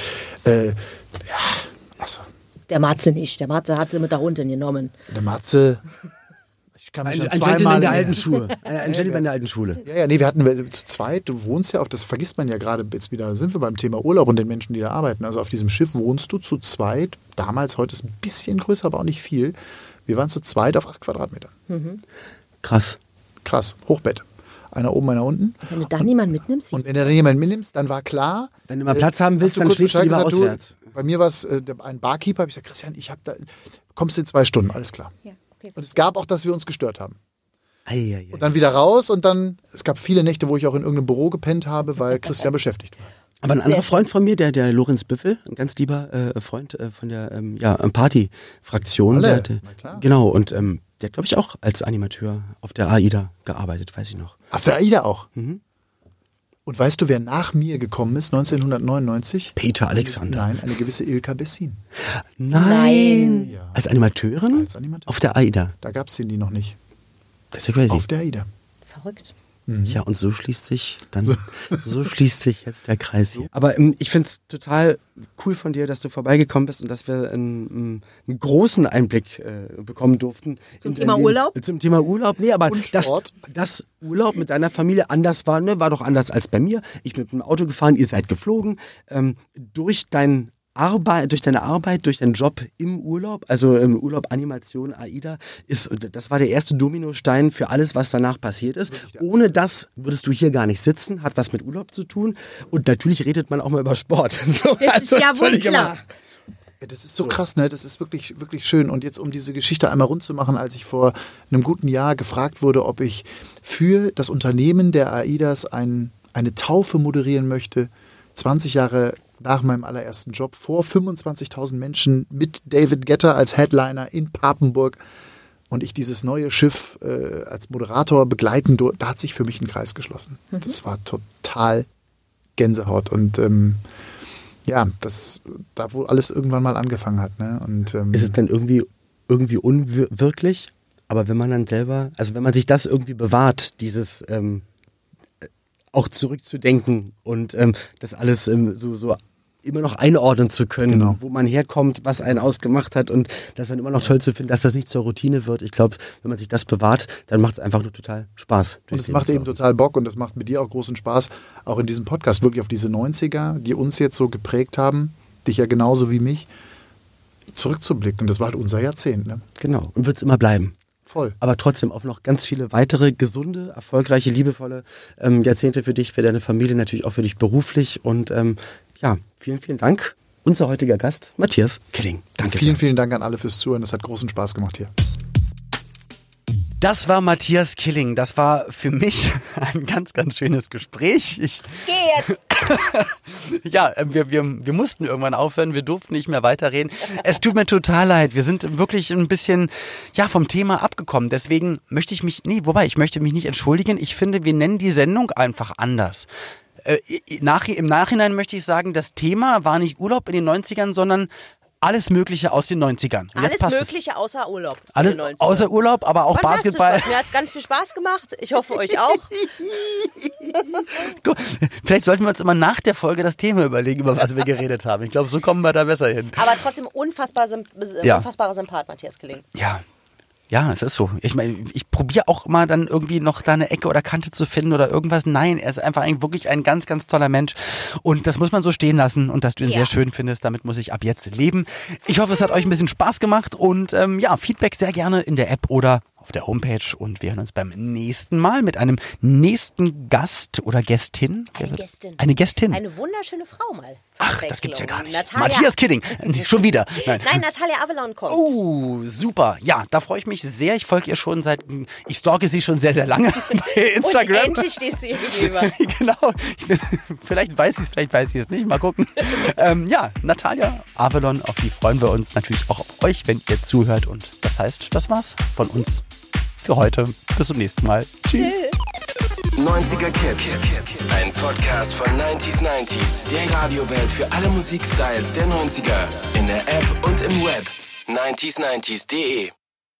also Der Matze nicht. Der Matze hat sie mit da unten genommen. eine Matze, ich kann mich Ein an Gentleman zweimal... der alten Schule. Ein Gentleman der alten Schule. Ja, nee, wir hatten zu zweit, du wohnst ja das vergisst man ja gerade jetzt wieder, sind wir beim Thema Urlaub und den Menschen, die da arbeiten. Also auf diesem Schiff wohnst du zu zweit, damals, heute ist ein bisschen größer, aber auch nicht viel. Wir waren zu zweit auf 8 Quadratmetern. Krass. Krass, Hochbett. Einer oben, einer unten. Wenn du da niemanden mitnimmst, Und wenn du da jemanden mitnimmst, dann war klar. Wenn du mal Platz haben willst, hast dann kurz schläfst du Bescheid lieber gesagt, auswärts. Bei mir war es ein Barkeeper, habe ich gesagt, Christian, kommst du in 2 Stunden, alles klar. ja, okay. Und es gab auch, dass wir uns gestört haben. Eieiei. Und dann wieder raus und dann, es gab viele Nächte, wo ich auch in irgendeinem Büro gepennt habe, weil Christian beschäftigt war. Aber ein anderer Freund von mir, der Lorenz Büffel, ein ganz lieber Freund von der Party-Fraktion. Alle, der hatte, na klar. Genau, und der hat, glaube ich, auch als Animateur auf der AIDA gearbeitet, weiß ich noch. Auf der AIDA auch. Und weißt du, wer nach mir gekommen ist, 1999? Peter Alexander. Nein, eine gewisse Ilka Bessin. Nein. Ja. Als Animateurin? Als Animateurin. Auf der AIDA. Da gab es die noch nicht. Das ist ja crazy. Auf der AIDA. Verrückt. Ja, und so schließt sich schließt sich jetzt der Kreis hier. Aber ich find's total cool von dir, dass du vorbeigekommen bist und dass wir einen großen Einblick bekommen durften. Zum Thema Urlaub? Zum Thema Urlaub. Nee, aber Und Sport. dass Urlaub mit deiner Familie anders war, ne, war doch anders als bei mir. Ich bin mit dem Auto gefahren, ihr seid geflogen. Durch dein durch deine Arbeit, durch deinen Job im Urlaub, also im Urlaub Animation AIDA, das war der erste Dominostein für alles, was danach passiert ist. Ohne das würdest du hier gar nicht sitzen, hat was mit Urlaub zu tun. Und natürlich redet man auch mal über Sport. So, das ist ja wohl klar. Ja, das ist so krass, ne? Das ist wirklich, wirklich schön. Und jetzt, um diese Geschichte einmal rund zu machen, als ich vor einem guten Jahr gefragt wurde, ob ich für das Unternehmen der AIDAs eine Taufe moderieren möchte, 20 Jahre nach meinem allerersten Job, vor 25.000 Menschen mit David Guetta als Headliner in Papenburg und ich dieses neue Schiff als Moderator begleiten durfte, da hat sich für mich ein Kreis geschlossen. Das war total Gänsehaut und da wo alles irgendwann mal angefangen hat. Ne? Und, ist es dann irgendwie unwirklich? Aber wenn man dann selber, also wenn man sich das irgendwie bewahrt, dieses auch zurückzudenken und das alles so immer noch einordnen zu können, wo man herkommt, was einen ausgemacht hat und das dann immer noch toll zu finden, dass das nicht zur Routine wird. Ich glaube, wenn man sich das bewahrt, dann macht es einfach nur total Spaß. Und es macht eben total Bock und das macht mit dir auch großen Spaß, auch in diesem Podcast wirklich auf diese 90er, die uns jetzt so geprägt haben, dich ja genauso wie mich, zurückzublicken. Das war halt unser Jahrzehnt. Ne? Genau. Und wird es immer bleiben. Voll. Aber trotzdem auf noch ganz viele weitere gesunde, erfolgreiche, liebevolle Jahrzehnte für dich, für deine Familie, natürlich auch für dich beruflich. Und vielen, vielen Dank. Unser heutiger Gast, Matthias Killing. Danke sehr. Vielen Dank an alle fürs Zuhören. Das hat großen Spaß gemacht hier. Das war Matthias Killing. Das war für mich ein ganz, ganz schönes Gespräch. Geh jetzt! Ja, wir mussten irgendwann aufhören. Wir durften nicht mehr weiterreden. Es tut mir total leid. Wir sind wirklich ein bisschen vom Thema abgekommen. Deswegen möchte ich mich nicht entschuldigen. Ich finde, wir nennen die Sendung einfach anders. Im Nachhinein möchte ich sagen, das Thema war nicht Urlaub in den 90ern, sondern alles Mögliche aus den 90ern. Und alles Mögliche außer Urlaub. Alles außer Urlaub, aber auch Basketball. Mir hat es ganz viel Spaß gemacht. Ich hoffe, euch auch. Vielleicht sollten wir uns immer nach der Folge das Thema überlegen, über was wir geredet haben. Ich glaube, so kommen wir da besser hin. Aber trotzdem unfassbarer Sympath, Matthias Killing. Ja, es ist so. Ich meine, ich probiere auch immer dann irgendwie noch da eine Ecke oder Kante zu finden oder irgendwas. Nein, er ist einfach wirklich ein ganz, ganz toller Mensch. Und das muss man so stehen lassen. Und dass du ihn sehr schön findest, damit muss ich ab jetzt leben. Ich hoffe, es hat euch ein bisschen Spaß gemacht. Und Feedback sehr gerne in der App oder auf der Homepage. Und wir hören uns beim nächsten Mal mit einem nächsten Gast oder Gästin. Eine Gästin. Eine wunderschöne Frau mal. Ach, das gibt's ja gar nicht. Matthias Killing. Schon wieder. Nein, Natalia Avalon kommt. Oh, super. Ja, da freue ich mich sehr. Ich folge ihr schon ich stalke sie schon sehr, sehr lange bei Instagram. Und endlich stehst du ihr gegenüber. Genau. Vielleicht weiß sie es, vielleicht weiß sie es nicht. Mal gucken. Natalia Avalon, auf die freuen wir uns natürlich auch auf euch, wenn ihr zuhört. Und das heißt, das war's von uns für heute. Bis zum nächsten Mal. Tschüss. 90er Kids. Ein Podcast von 90s, der Radiowelt für alle Musikstyles der 90er. In der App und im Web. 90s90s.de